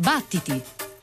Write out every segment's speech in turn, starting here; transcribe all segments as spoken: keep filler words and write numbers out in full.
Battiti!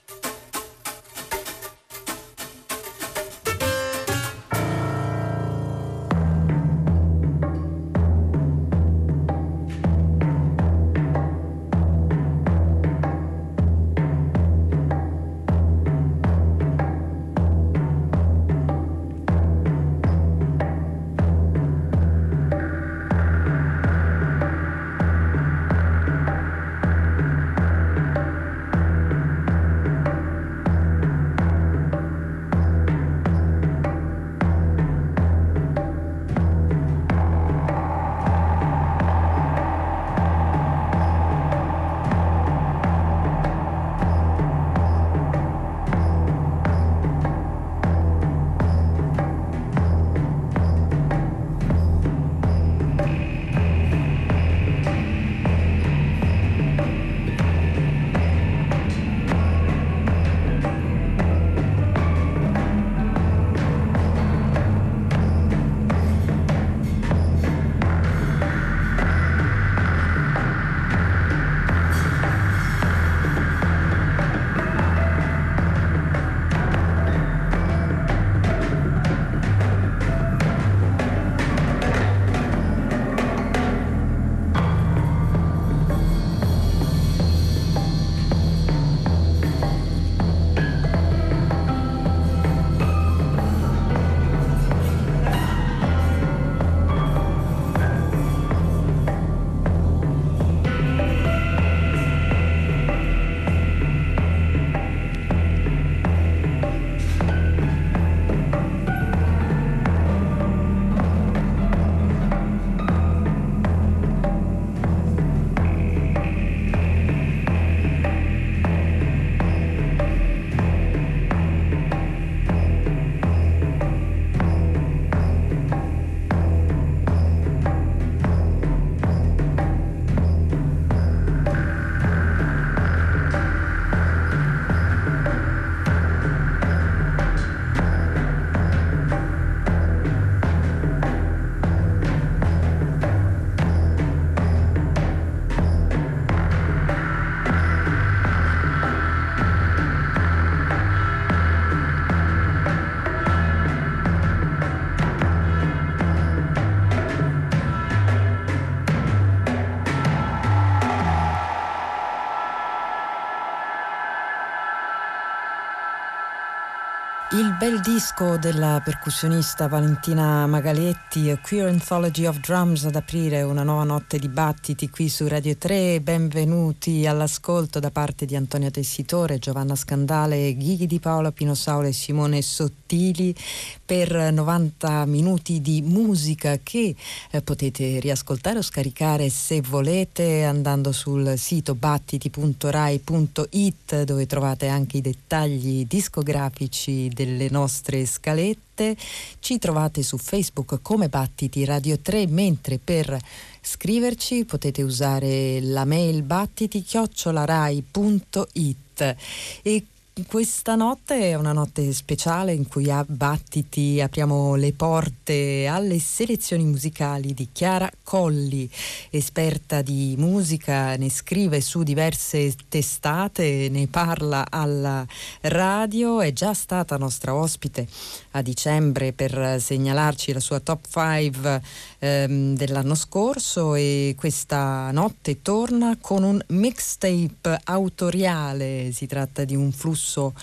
Il bel disco della percussionista Valentina Magaletti, A Queer Anthology of Drums, ad aprire una nuova notte di battiti qui su Radio tre. Benvenuti all'ascolto da parte di Antonio Tessitore, Giovanna Scandale, Ghighi Di Paola, Pino Saulo e Simone Sottili per novanta minuti di musica che eh, potete riascoltare o scaricare se volete andando sul sito battiti punto rai punto it, dove trovate anche i dettagli discografici delle nostre scalette. Ci trovate su Facebook come Battiti Radio tre, mentre per scriverci potete usare la mail battiti chiocciola rai punto it. E questa notte è una notte speciale in cui a Battiti apriamo le porte alle selezioni musicali di Chiara Colli, esperta di musica, ne scrive su diverse testate, ne parla alla radio, è già stata nostra ospite a dicembre per segnalarci la sua top cinque ehm, dell'anno scorso, e questa notte torna con un mixtape autoriale. Si tratta di un flusso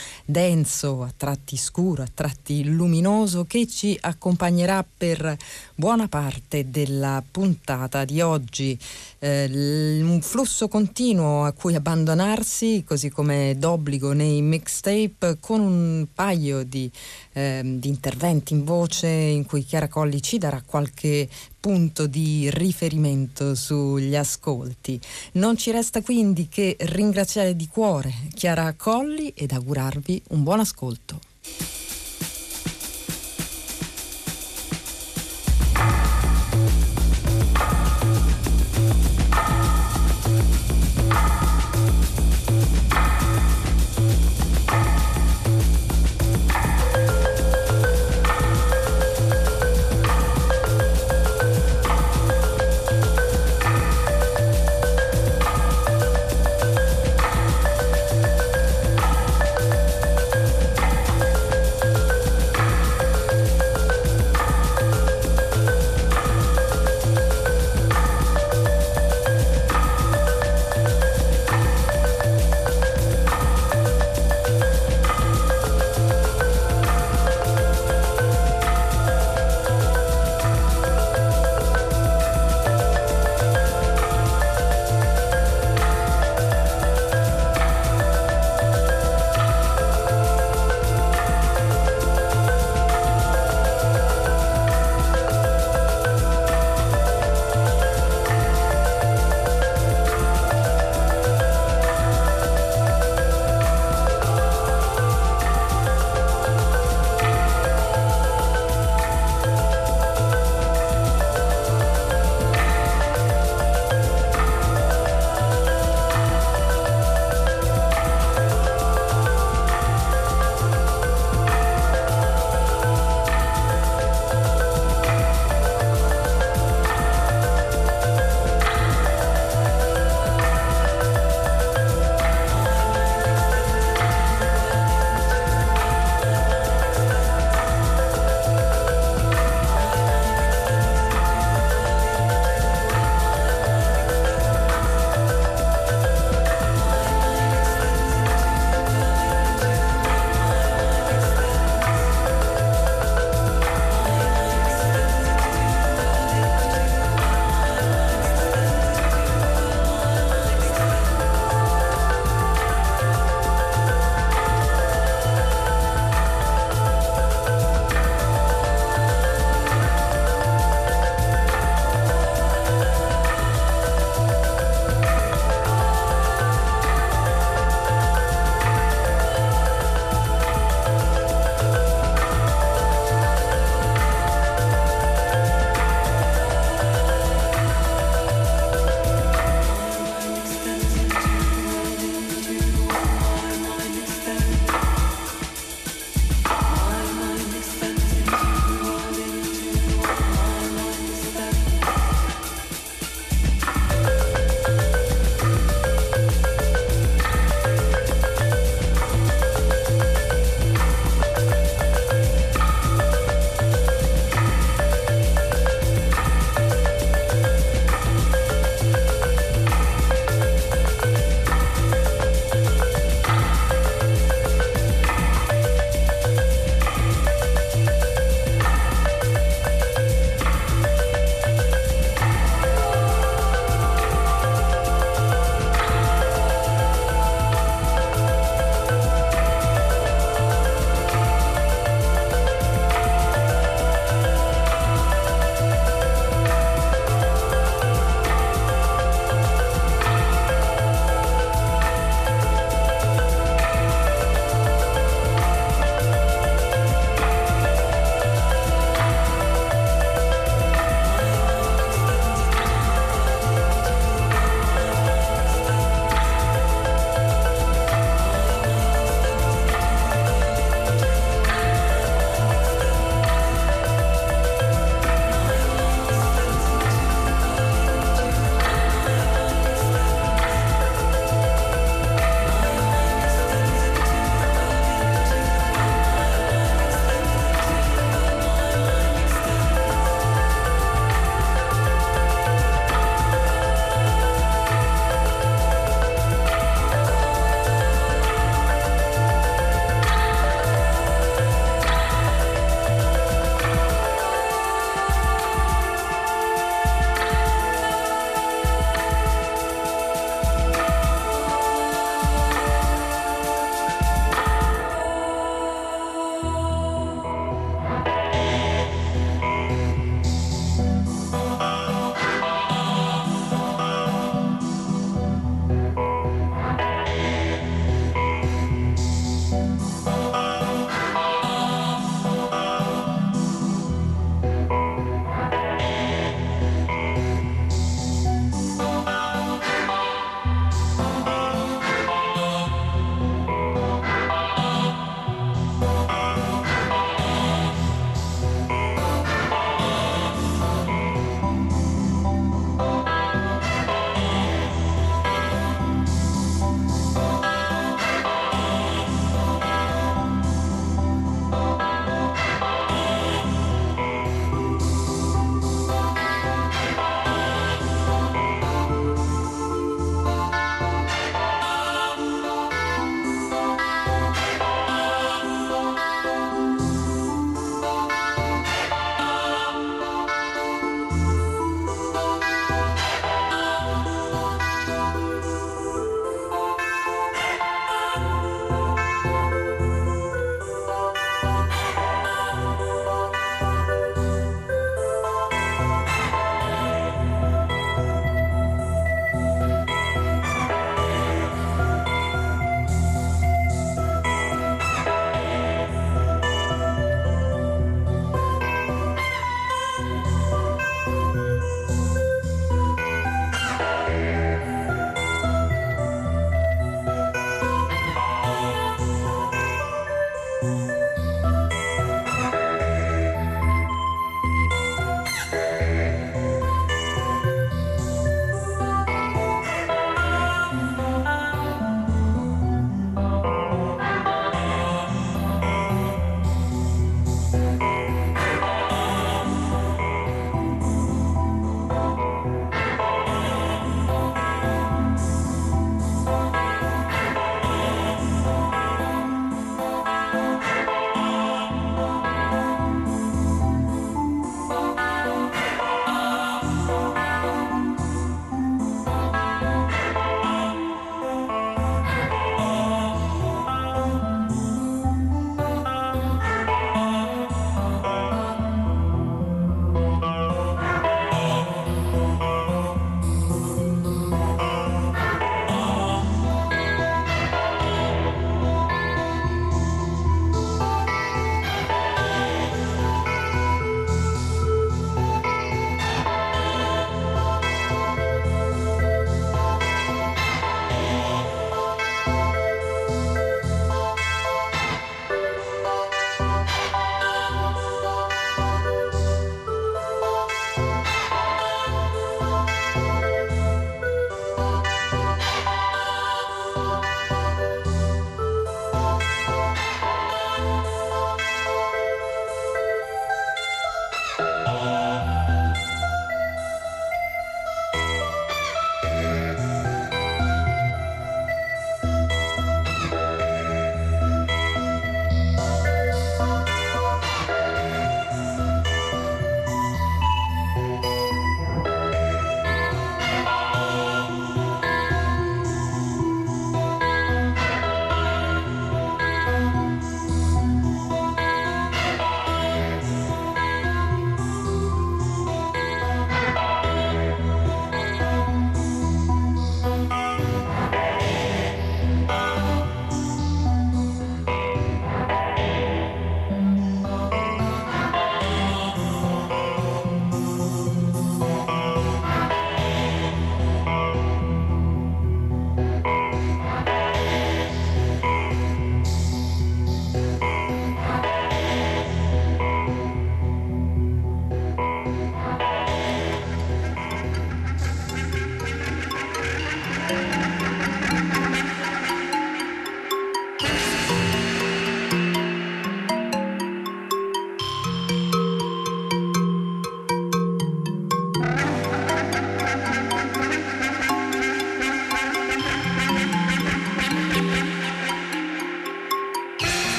denso, a tratti scuro, a tratti luminoso, che ci accompagnerà per buona parte della puntata di oggi. Eh, un flusso continuo a cui abbandonarsi, così come d'obbligo nei mixtape, con un paio di, eh, di interventi in voce in cui Chiara Colli ci darà qualche punto di riferimento sugli ascolti. Non ci resta quindi che ringraziare di cuore Chiara Colli ed augurarvi un buon ascolto.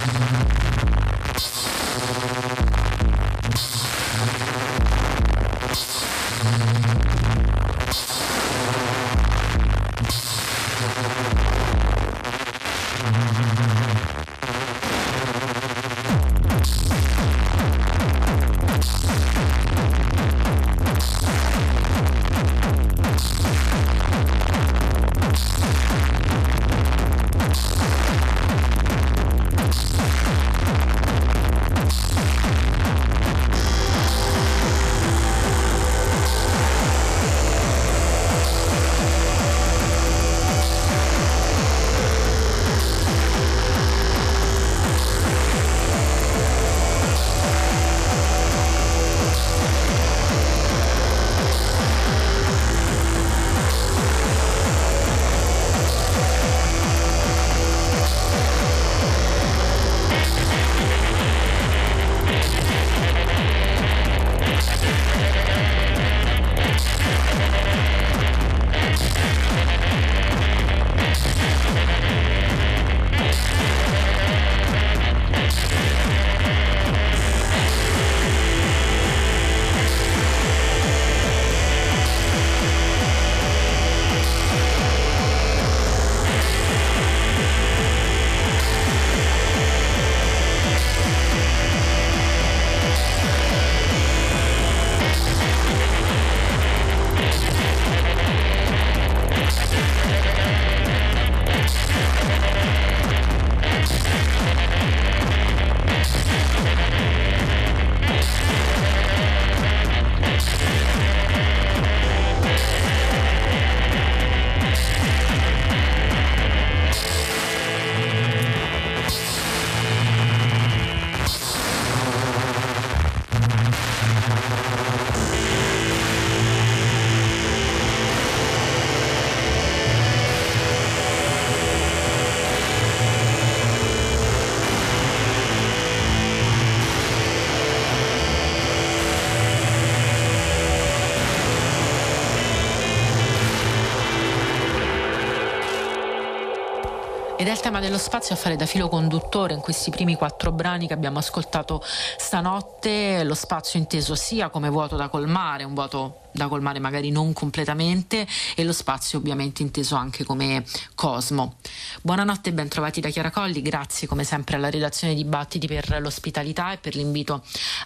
Ed è il tema dello spazio a fare da filo conduttore in questi primi quattro brani che abbiamo ascoltato stanotte. Lo spazio inteso sia come vuoto da colmare, un vuoto da colmare magari non completamente, e lo spazio ovviamente inteso anche come cosmo. Buonanotte e ben trovati da Chiara Colli, grazie come sempre alla redazione di Battiti per l'ospitalità e per l'invito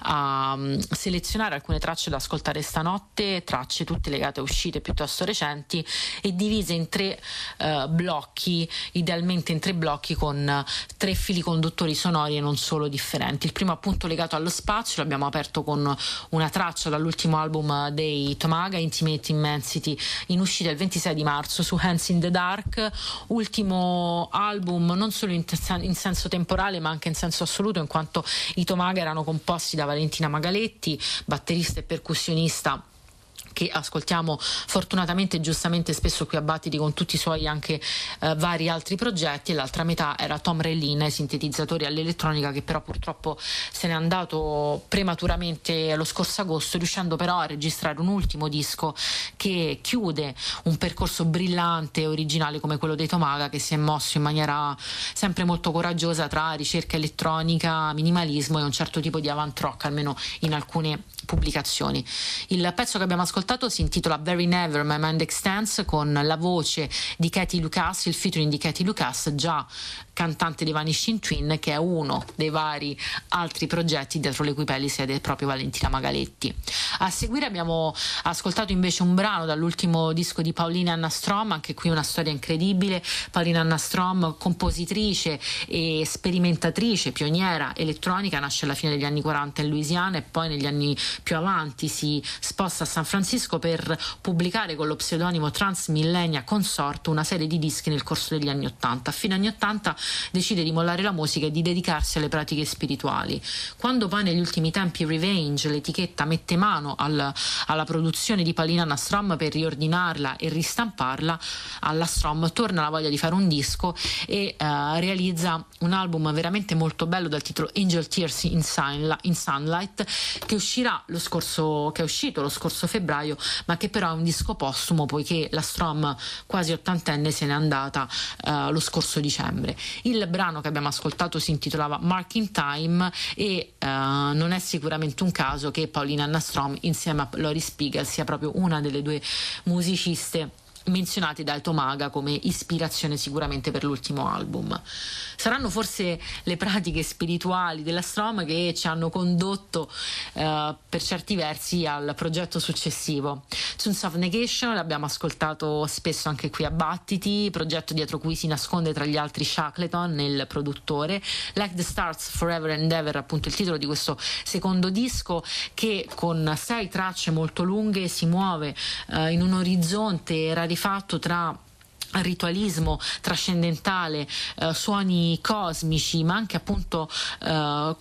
a um, selezionare alcune tracce da ascoltare stanotte, tracce tutte legate a uscite piuttosto recenti e divise in tre uh, blocchi, idealmente in tre blocchi con uh, tre fili conduttori sonori e non solo differenti. Il primo appunto legato allo spazio, l'abbiamo aperto con una traccia dall'ultimo album dei Tomaga, Intimate Immensity, in uscita il ventisei di marzo su Hands in the Dark, ultimo album non solo in, in senso temporale ma anche in senso assoluto, in quanto i Tomaga erano composti da Valentina Magaletti, batterista e percussionista, che ascoltiamo fortunatamente e giustamente spesso qui a Battiti con tutti i suoi anche eh, vari altri progetti, e l'altra metà era Tom Relin ai sintetizzatori e all'elettronica, che però purtroppo se n'è andato prematuramente lo scorso agosto, riuscendo però a registrare un ultimo disco che chiude un percorso brillante e originale come quello dei Tomaga, che si è mosso in maniera sempre molto coraggiosa tra ricerca elettronica, minimalismo e un certo tipo di avant rock, almeno in alcune pubblicazioni. Il pezzo che abbiamo ascoltato si intitola Very Never My Mind Extends, con la voce di Katie Lucas, il featuring di Katie Lucas, già cantante dei Vanishing Twin, che è uno dei vari altri progetti dietro le cui pelli siede proprio Valentina Magaletti. A seguire abbiamo ascoltato invece un brano dall'ultimo disco di Paulina Anna Strom, anche qui una storia incredibile. Paulina Anna Strom, compositrice e sperimentatrice, pioniera elettronica, nasce alla fine degli anni quaranta in Louisiana e poi negli anni più avanti si sposta a San Francisco per pubblicare con lo pseudonimo Transmillenia Consort una serie di dischi nel corso degli anni ottanta. A fine anni ottanta decide di mollare la musica e di dedicarsi alle pratiche spirituali. Quando poi negli ultimi tempi Revenge, l'etichetta, mette mano al, alla produzione di Paulina Anna Strom per riordinarla e ristamparla, alla Strom torna la voglia di fare un disco e uh, realizza un album veramente molto bello dal titolo Angel Tears in, Sunla- in Sunlight, che uscirà lo scorso che è uscito lo scorso febbraio, ma che però è un disco postumo, poiché la Strom, quasi ottantenne, se n'è andata uh, lo scorso dicembre. Il brano che abbiamo ascoltato si intitolava Marking Time e uh, non è sicuramente un caso che Paulina Anna Strom insieme a Lori Spiegel sia proprio una delle due musiciste menzionati da Tomaga come ispirazione sicuramente per l'ultimo album. Saranno forse le pratiche spirituali della Strom che ci hanno condotto eh, per certi versi al progetto successivo. Tunes of Negation l'abbiamo ascoltato spesso anche qui a Battiti, progetto dietro cui si nasconde tra gli altri Shackleton, il produttore. Like the Stars Forever and Ever, appunto il titolo di questo secondo disco, che con sei tracce molto lunghe si muove eh, in un orizzonte rarifatto tra ritualismo trascendentale, eh, suoni cosmici, ma anche appunto eh,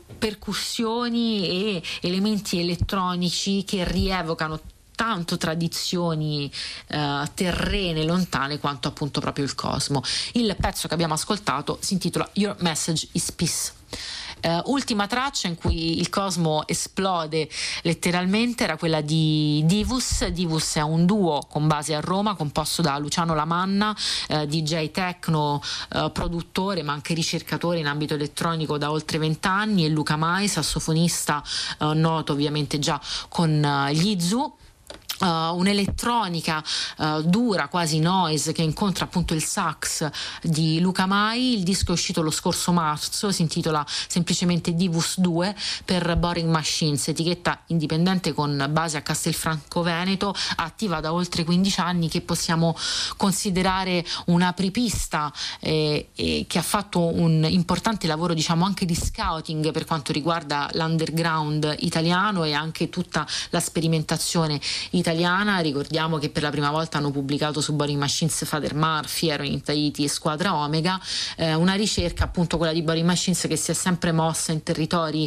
percussioni e elementi elettronici che rievocano tanto tradizioni eh, terrene lontane quanto appunto proprio il cosmo. Il pezzo che abbiamo ascoltato si intitola Your Message is Peace. Uh, ultima traccia in cui il cosmo esplode letteralmente era quella di Divus. Divus è un duo con base a Roma composto da Luciano Lamanna, uh, D J techno, uh, produttore ma anche ricercatore in ambito elettronico da oltre vent'anni, e Luca Mai, sassofonista uh, noto ovviamente già con uh, gli Zoo. Uh, un'elettronica uh, dura, quasi noise, che incontra appunto il sax di Luca Mai. Il disco è uscito lo scorso marzo, si intitola semplicemente Divus due per Boring Machines, etichetta indipendente con base a Castelfranco Veneto, attiva da oltre quindici anni, che possiamo considerare un'apripista eh, eh, che ha fatto un importante lavoro, diciamo, anche di scouting per quanto riguarda l'underground italiano e anche tutta la sperimentazione italiana. Ricordiamo che per la prima volta hanno pubblicato su Boring Machines Father Murphy, Heroin in Tahiti e Squadra Omega, eh, una ricerca appunto quella di Boring Machines che si è sempre mossa in territori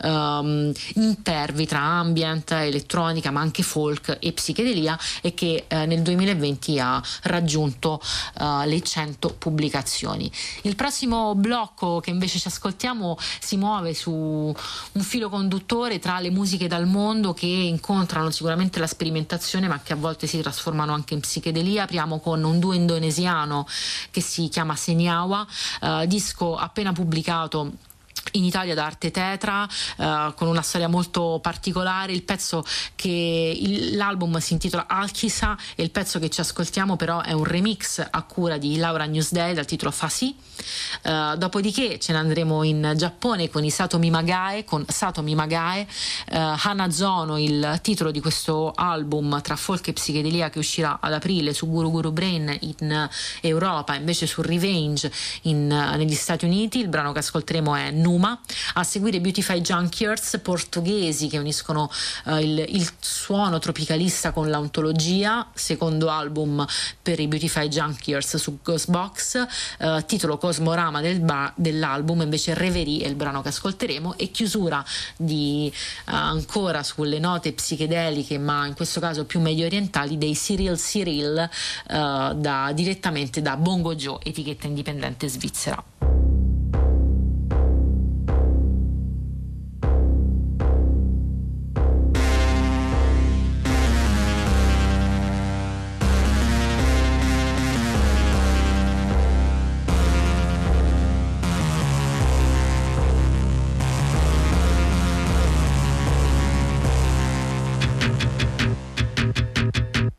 um, impervi tra ambient, elettronica ma anche folk e psichedelia, e che eh, nel duemilaventi ha raggiunto uh, le cento pubblicazioni. Il prossimo blocco che invece ci ascoltiamo si muove su un filo conduttore tra le musiche dal mondo che incontrano sicuramente la sperimentazione ma che a volte si trasformano anche in psichedelia. Apriamo con un duo indonesiano che si chiama Senyawa, uh, disco appena pubblicato in Italia da Arte Tetra, uh, con una storia molto particolare. Il pezzo che il, l'album si intitola Alkisa e il pezzo che ci ascoltiamo però è un remix a cura di Laura Newsday dal titolo Fasi. Uh, dopodiché ce ne andremo in Giappone con i Satomi Magae, con Satomi Magae, uh, Hanazono, il titolo di questo album tra folk e psichedelia, che uscirà ad aprile su Guru Guru Brain in Europa, invece su Revenge in, negli Stati Uniti. Il brano che ascolteremo è Numa. A seguire Beautify Junkiers, portoghesi che uniscono uh, il, il suono tropicalista con l'auntologia, secondo album per i Beautify Junkiers su Ghostbox, uh, titolo Cosmorama del ba- dell'album invece Reverie è il brano che ascolteremo, e chiusura di uh, ancora sulle note psichedeliche ma in questo caso più medio orientali dei Cyril Cyril, uh, da, direttamente da Bongo Joe, etichetta indipendente svizzera.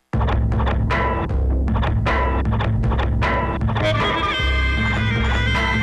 Thank you.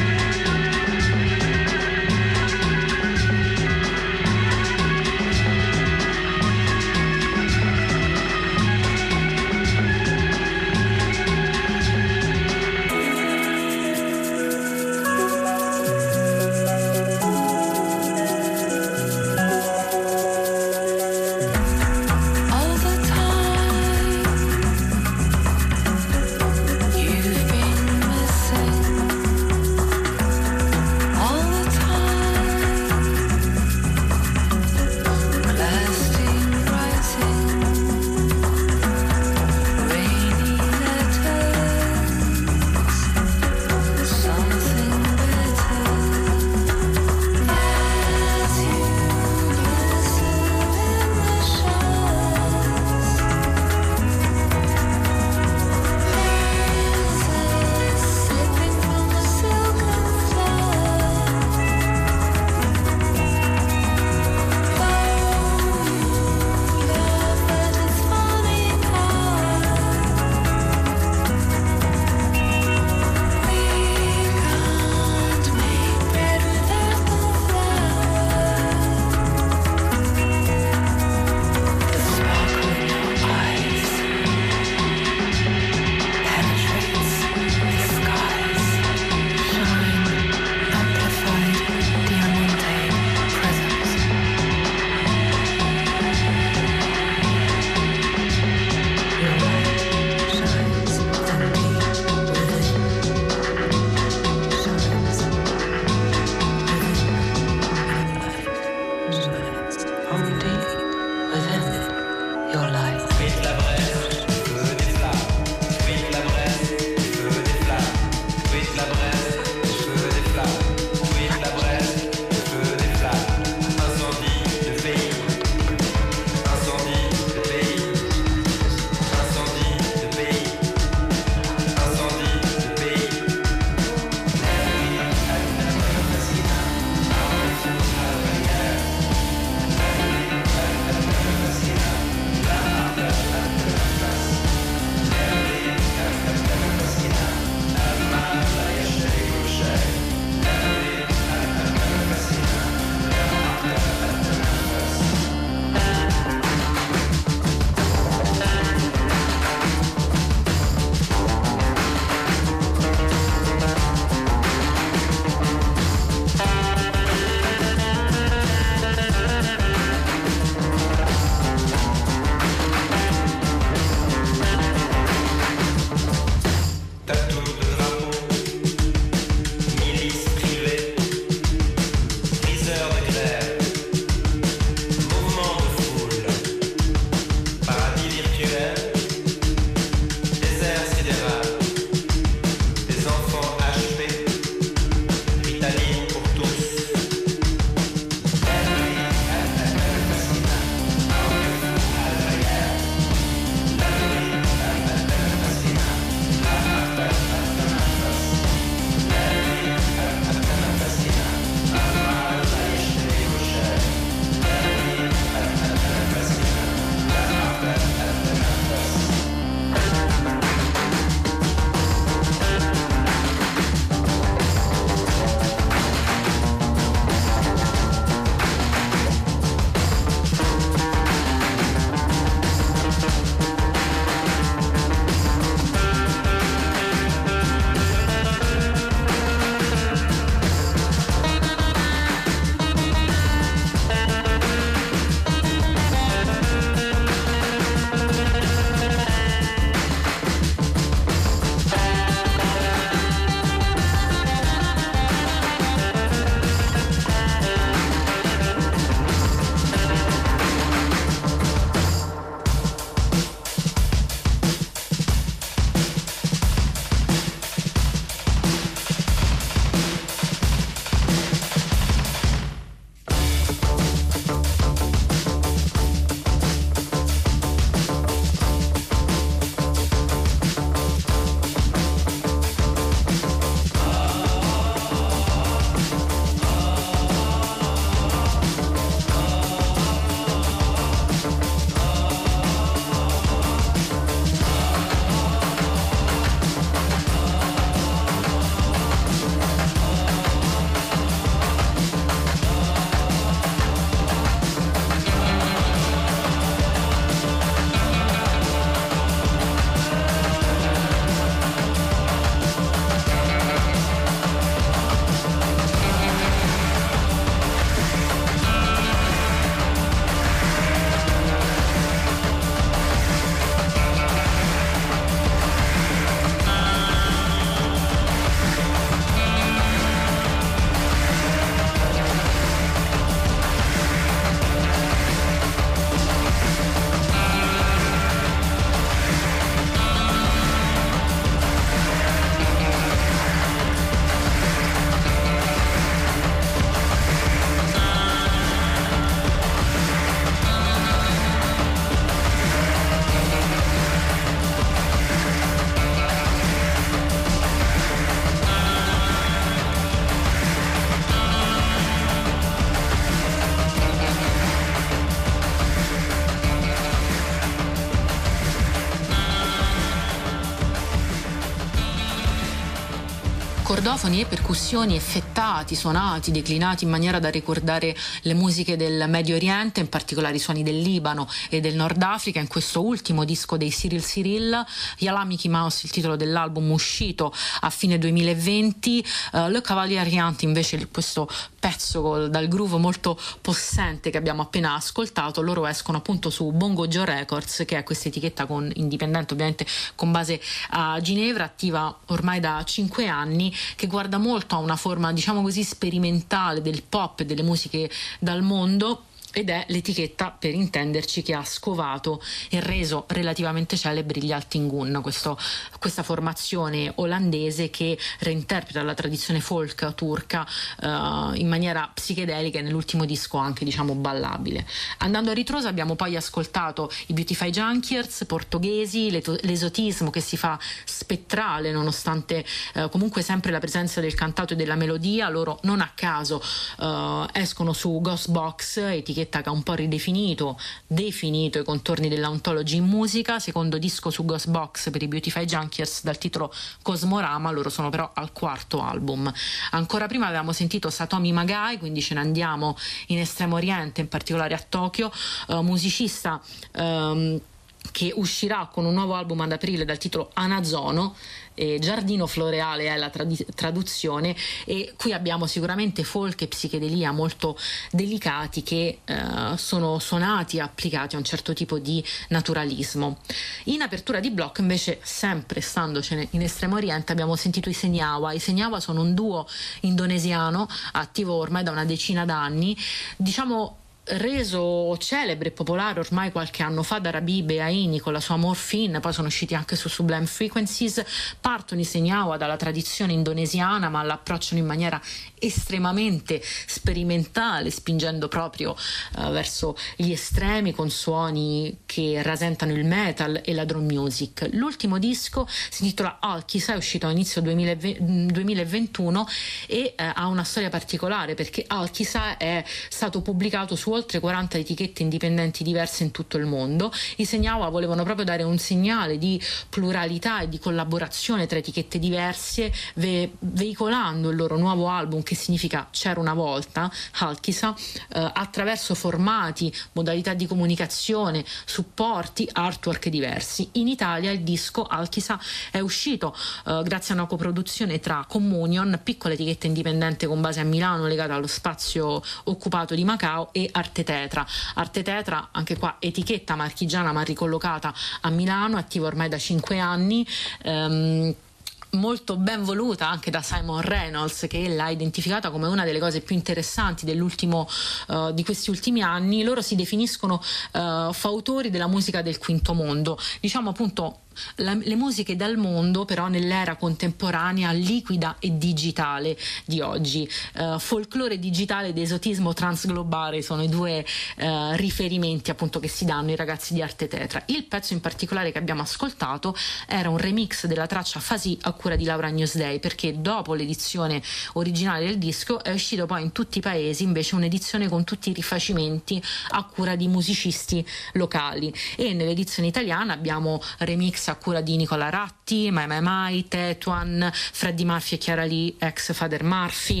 Cordofoni e percussioni effettati, suonati, declinati in maniera da ricordare le musiche del Medio Oriente, in particolare i suoni del Libano e del Nord Africa. In questo ultimo disco dei Cyril Cyril, Yalla Mickey Mouse, il titolo dell'album uscito a fine duemilaventi, uh, Le Cavalier Riant invece, questo pezzo col, dal groove molto possente che abbiamo appena ascoltato. Loro escono appunto su Bongo Joe Records, che è questa etichetta con, indipendente ovviamente con base a Ginevra, attiva ormai da cinque anni, che guarda molto a una forma, diciamo così, sperimentale del pop e delle musiche dal mondo, ed è l'etichetta, per intenderci, che ha scovato e reso relativamente celebri gli Altingun, questo, questa formazione olandese che reinterpreta la tradizione folk turca uh, in maniera psichedelica e nell'ultimo disco anche, diciamo, ballabile. Andando a ritroso abbiamo poi ascoltato i Beautify Junkiers, portoghesi, l'esotismo che si fa spettrale nonostante uh, comunque sempre la presenza del cantato e della melodia. Loro non a caso uh, escono su Ghost Box, etichetta che ha un po' ridefinito, definito i contorni dell'ontology in musica. Secondo disco su Ghost Box per i Beautify Junkiers dal titolo Cosmorama, loro sono però al quarto album. Ancora prima avevamo sentito Satomi Magai, quindi ce ne andiamo in Estremo Oriente, in particolare a Tokyo, uh, musicista um, che uscirà con un nuovo album ad aprile dal titolo Anazono. Eh, giardino floreale è la trad- traduzione, e qui abbiamo sicuramente folk e psichedelia molto delicati che eh, sono suonati e applicati a un certo tipo di naturalismo. In apertura di blocco invece, sempre standocene in Estremo Oriente, abbiamo sentito i Senyawa. I Senyawa sono un duo indonesiano attivo ormai da una decina d'anni, diciamo reso celebre e popolare ormai qualche anno fa da Rabi Beaini con la sua Morphine, poi sono usciti anche su Sublime Frequencies. Partono i Senyawa dalla tradizione indonesiana, ma l'approcciano in maniera estremamente sperimentale, spingendo proprio uh, verso gli estremi, con suoni che rasentano il metal e la drum music. L'ultimo disco si intitola Alkisa, è uscito a inizio duemilaventuno e uh, ha una storia particolare, perché Alkisa è stato pubblicato su oltre quaranta etichette indipendenti diverse in tutto il mondo. I Senyawa volevano proprio dare un segnale di pluralità e di collaborazione tra etichette diverse, ve- veicolando il loro nuovo album, che significa C'era una volta, Alkisa, eh, attraverso formati, modalità di comunicazione, supporti, artwork diversi. In Italia il disco Alkisa è uscito eh, grazie a una coproduzione tra Communion, piccola etichetta indipendente con base a Milano legata allo spazio occupato di Macao, e Arte Tetra. Arte Tetra, anche qua etichetta marchigiana ma ricollocata a Milano, attiva ormai da cinque anni, ehm, molto ben voluta anche da Simon Reynolds, che l'ha identificata come una delle cose più interessanti dell'ultimo uh, di questi ultimi anni. Loro si definiscono uh, fautori della musica del quinto mondo, diciamo appunto La, le musiche dal mondo però nell'era contemporanea liquida e digitale di oggi. Uh, folklore digitale ed esotismo transglobale sono i due uh, riferimenti appunto che si danno i ragazzi di Arte Tetra. Il pezzo in particolare che abbiamo ascoltato era un remix della traccia Fasi a cura di Laura Newsday, perché dopo l'edizione originale del disco è uscito poi in tutti i paesi invece un'edizione con tutti i rifacimenti a cura di musicisti locali, e nell'edizione italiana abbiamo remix a cura di Nicola Ratti, Mai Mai Mai, Tetuan, Freddie Murphy e Chiara Lee, ex Father Murphy,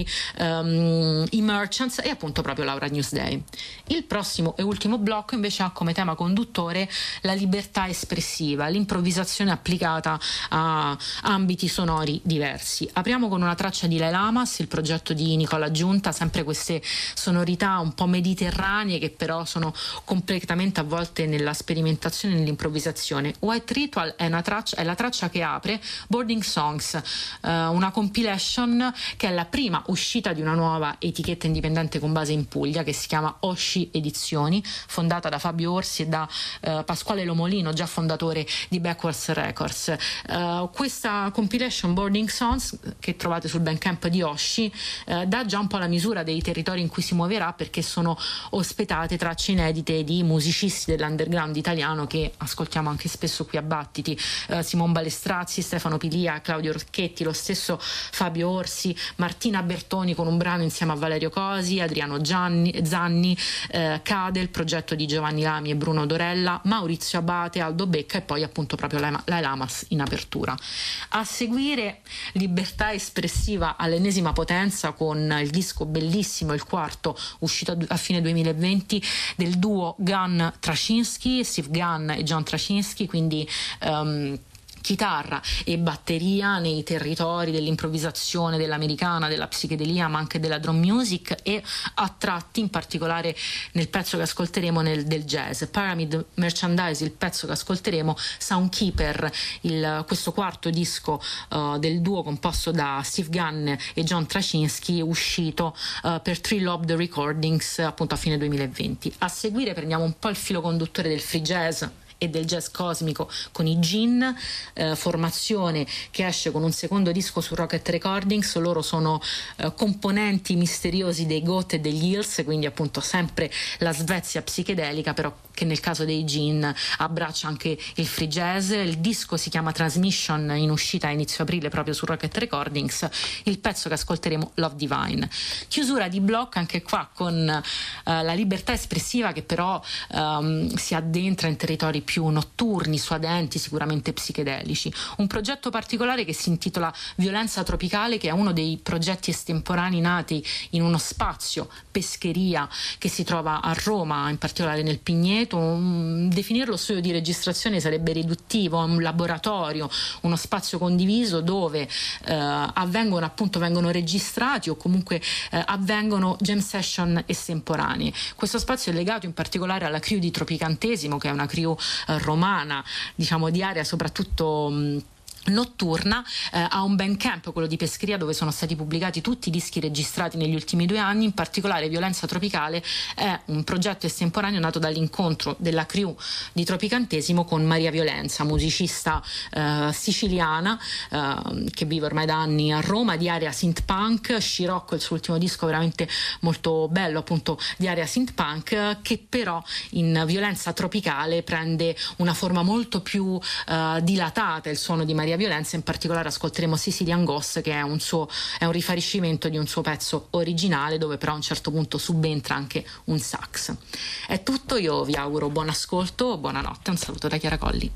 um, i Merchants e appunto proprio Laura Newsday. Il prossimo e ultimo blocco invece ha come tema conduttore la libertà espressiva, l'improvvisazione applicata a ambiti sonori diversi. Apriamo con una traccia di Lei Lamas, il progetto di Nicola Giunta, sempre queste sonorità un po' mediterranee che però sono completamente avvolte nella sperimentazione e nell'improvvisazione. White Ritual è, una traccia, è la traccia che apre Boarding Songs, eh, una compilation che è la prima uscita di una nuova etichetta indipendente con base in Puglia che si chiama Osci Edizioni, fondata da Fabio Orsi e da eh, Pasquale Lomolino, già fondatore di Backwards Records. Eh, questa compilation Boarding Songs, che trovate sul Bandcamp di Osci, eh, dà già un po' la misura dei territori in cui si muoverà, perché sono ospitate tracce inedite di musicisti dell'underground italiano che ascoltiamo anche spesso qui a Battiti. duemilaventi, eh, Simon Balestrazzi, Stefano Pilia, Claudio Rocchetti, lo stesso Fabio Orsi, Martina Bertoni con un brano insieme a Valerio Cosi, Adriano Gianni, Zanni, eh, Cade, il progetto di Giovanni Lami e Bruno Dorella, Maurizio Abate, Aldo Becca e poi appunto proprio Lai Lamas in apertura. A seguire Libertà espressiva all'ennesima potenza con il disco bellissimo, il quarto, uscito a fine duemilaventi, del duo Gunn Trascinski, Steve Gunn e John Trascinski, quindi um, chitarra e batteria nei territori dell'improvvisazione, dell'americana, della psichedelia, ma anche della drum music, e a tratti, in particolare nel pezzo che ascolteremo, nel, del jazz. Pyramid Merchandise, il pezzo che ascolteremo, Soundkeeper, il, questo quarto disco uh, del duo composto da Steve Gunn e John Trascinski, uscito uh, per Three Lobed Recordings appunto a fine duemilaventi. A seguire prendiamo un po' il filo conduttore del free jazz e del jazz cosmico con i Gin, eh, formazione che esce con un secondo disco su Rocket Recordings. Loro sono eh, componenti misteriosi dei Goat e degli Hills, quindi appunto sempre la Svezia psichedelica, però che nel caso dei Gin abbraccia anche il free jazz. Il disco si chiama Transmission, in uscita a inizio aprile proprio su Rocket Recordings. Il pezzo che ascolteremo, Love Divine. Chiusura di blocco anche qua con eh, la libertà espressiva, che però ehm, si addentra in territori più notturni, suadenti, sicuramente psichedelici. Un progetto particolare che si intitola Violenza Tropicale, che è uno dei progetti estemporanei nati in uno spazio, Pescheria, che si trova a Roma, in particolare nel Pigneto. Un, definirlo studio di registrazione sarebbe riduttivo, è un laboratorio, uno spazio condiviso dove eh, avvengono appunto vengono registrati o comunque eh, avvengono jam session estemporanee. Questo spazio è legato in particolare alla crew di Tropicantesimo, che è una crew romana, diciamo di area soprattutto mh, notturna, eh, a un Bandcamp, quello di Pescheria, dove sono stati pubblicati tutti i dischi registrati negli ultimi due anni. In particolare Violenza Tropicale è un progetto estemporaneo nato dall'incontro della crew di Tropicantesimo con Maria Violenza, musicista eh, siciliana eh, che vive ormai da anni a Roma, di area synth punk. Scirocco, il suo ultimo disco, veramente molto bello, appunto di area synth punk, che però in Violenza Tropicale prende una forma molto più eh, dilatata. Il suono di Maria Violenza, in particolare ascolteremo Sicilian Ghost, che è un suo è un rifariscimento di un suo pezzo originale, dove però a un certo punto subentra anche un sax. È tutto, io vi auguro buon ascolto, buonanotte, un saluto da Chiara Colli.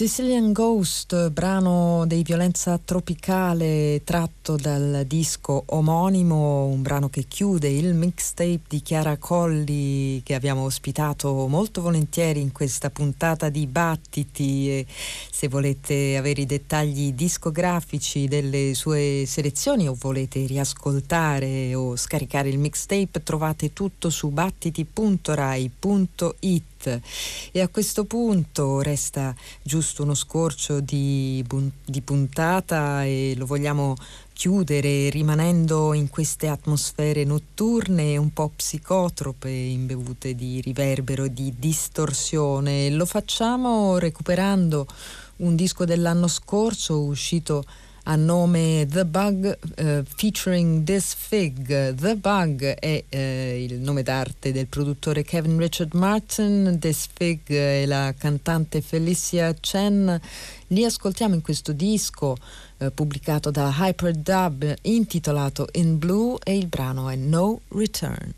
Sicilian Ghost, brano dei Violenza Tropicale tratto dal disco omonimo, un brano che chiude il mixtape di Chiara Colli che abbiamo ospitato molto volentieri in questa puntata di Battiti. E se volete avere i dettagli discografici delle sue selezioni o volete riascoltare o scaricare il mixtape, trovate tutto su battiti punto rai punto it. E a questo punto resta giusto uno scorcio di, di puntata e lo vogliamo chiudere rimanendo in queste atmosfere notturne un po' psicotrope, imbevute di riverbero, di distorsione. Lo facciamo recuperando un disco dell'anno scorso uscito a nome The Bug, uh, featuring This Fig. The Bug è uh, il nome d'arte del produttore Kevin Richard Martin, This Fig è la cantante Felicia Chen. Li ascoltiamo in questo disco uh, pubblicato da Hyperdub intitolato In Blue e il brano è No Return.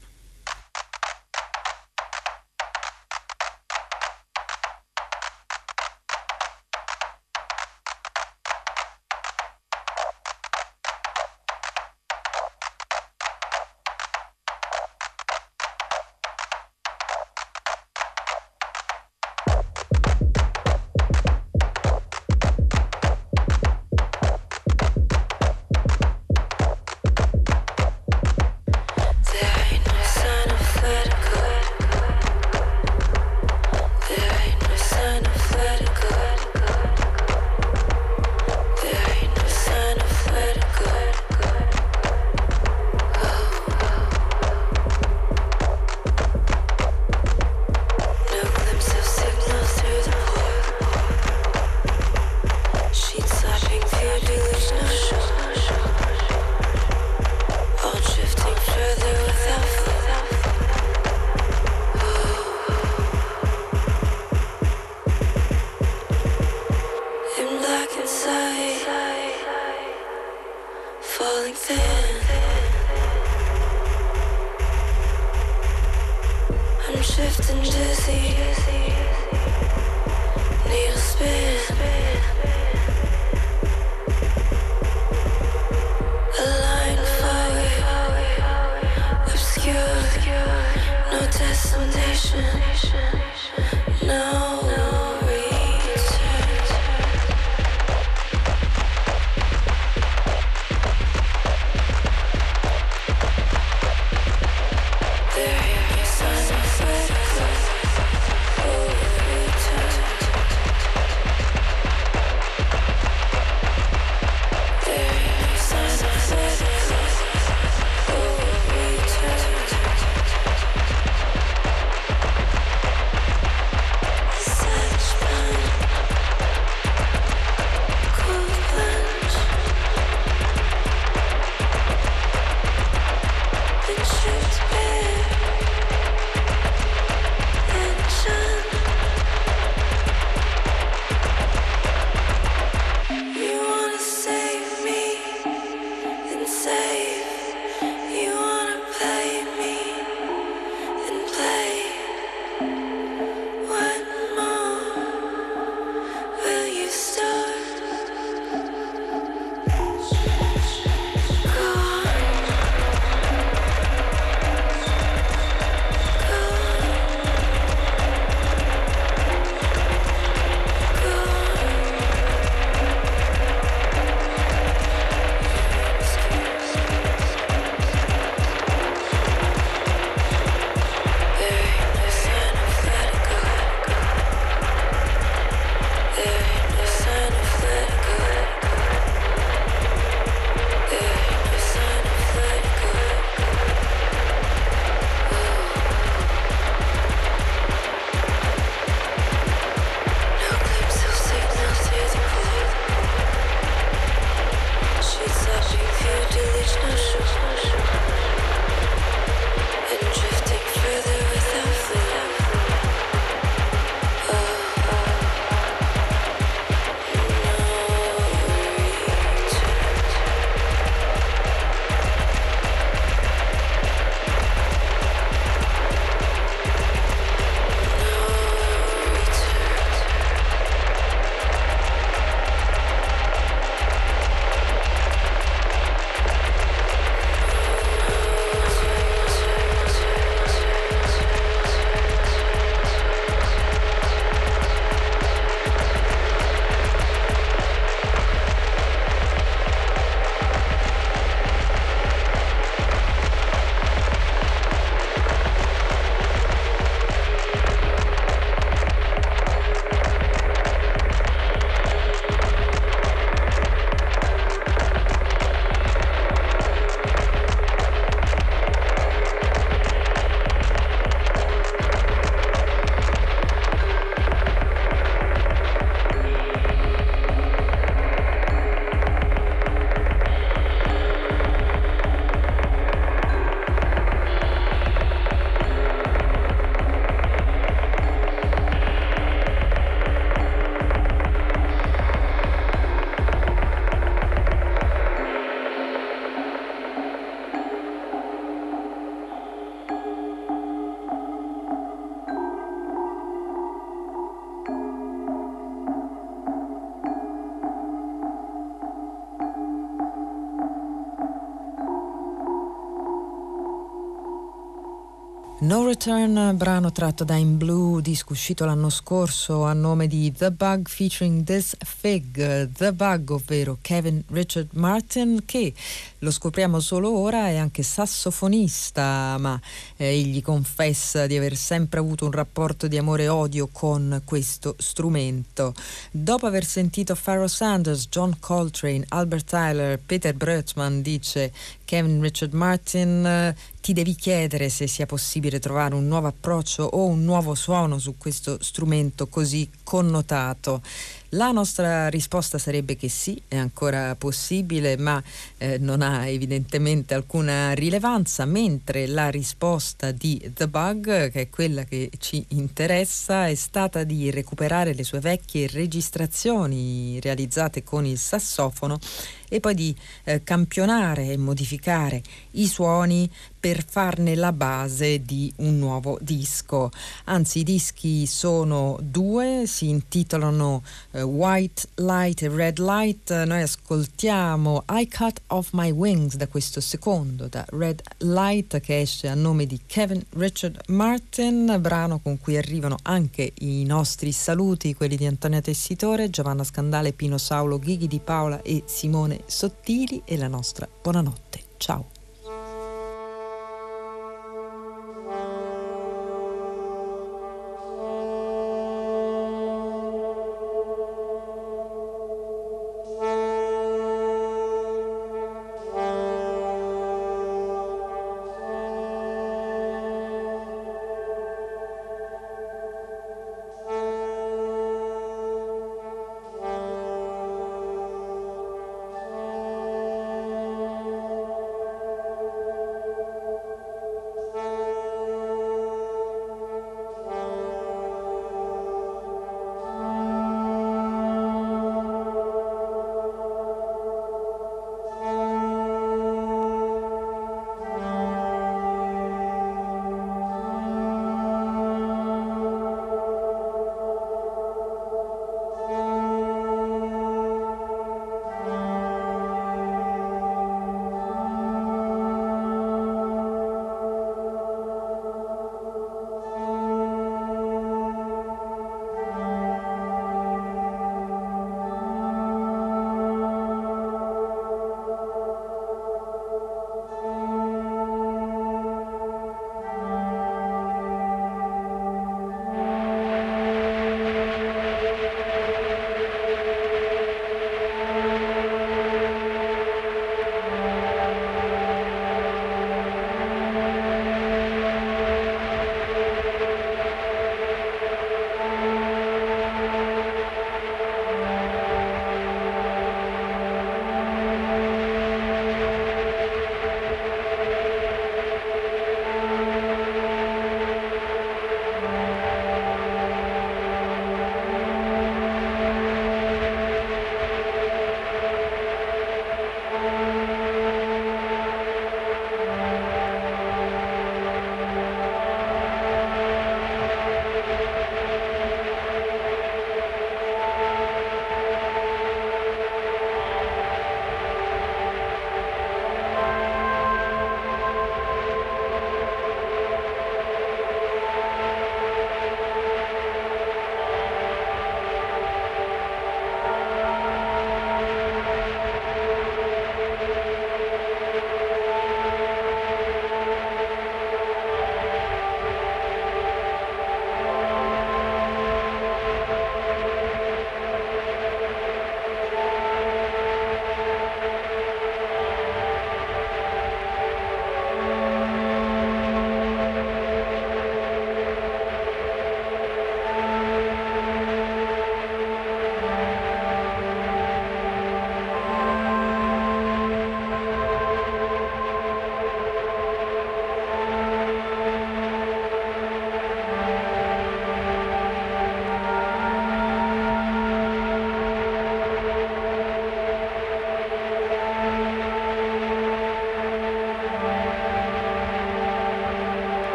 No Return, brano tratto da In Blue, disco uscito l'anno scorso a nome di The Bug featuring This Fig. The Bug, ovvero Kevin Richard Martin, che lo scopriamo solo ora è anche sassofonista, ma eh, egli confessa di aver sempre avuto un rapporto di amore e odio con questo strumento. Dopo aver sentito Pharoah Sanders, John Coltrane, Albert Tyler, Peter Brötzmann, dice Kevin Richard Martin, eh, ti devi chiedere se sia possibile trovare un nuovo approccio o un nuovo suono su questo strumento così connotato. La nostra risposta sarebbe che sì, è ancora possibile, ma eh, non ha evidentemente alcuna rilevanza, mentre la risposta di The Bug, che è quella che ci interessa, è stata di recuperare le sue vecchie registrazioni realizzate con il sassofono e poi di eh, campionare e modificare i suoni per farne la base di un nuovo disco. Anzi, i dischi sono due, si intitolano eh, White Light e Red Light. Noi ascoltiamo I Cut Off My Wings da questo secondo, da Red Light, che esce a nome di Kevin Richard Martin, brano con cui arrivano anche i nostri saluti, quelli di Antonia Tessitore, Giovanna Scandale, Pino Saulo, Ghighi Di Paola e Simone Sottili, e la nostra buonanotte. Ciao.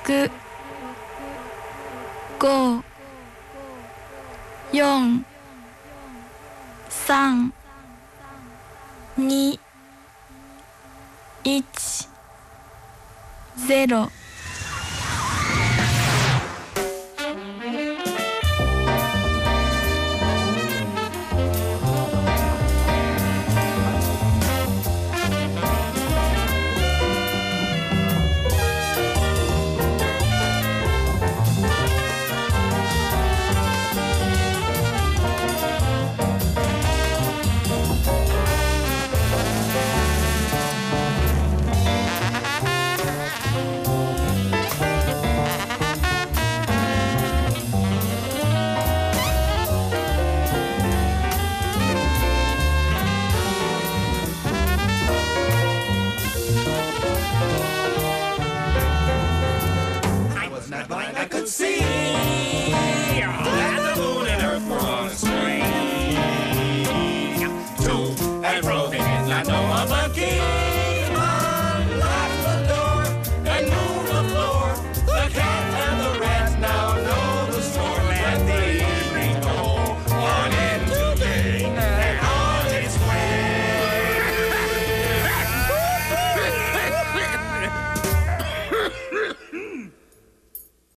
く、ご、よん、さん、に、いち、ゼロ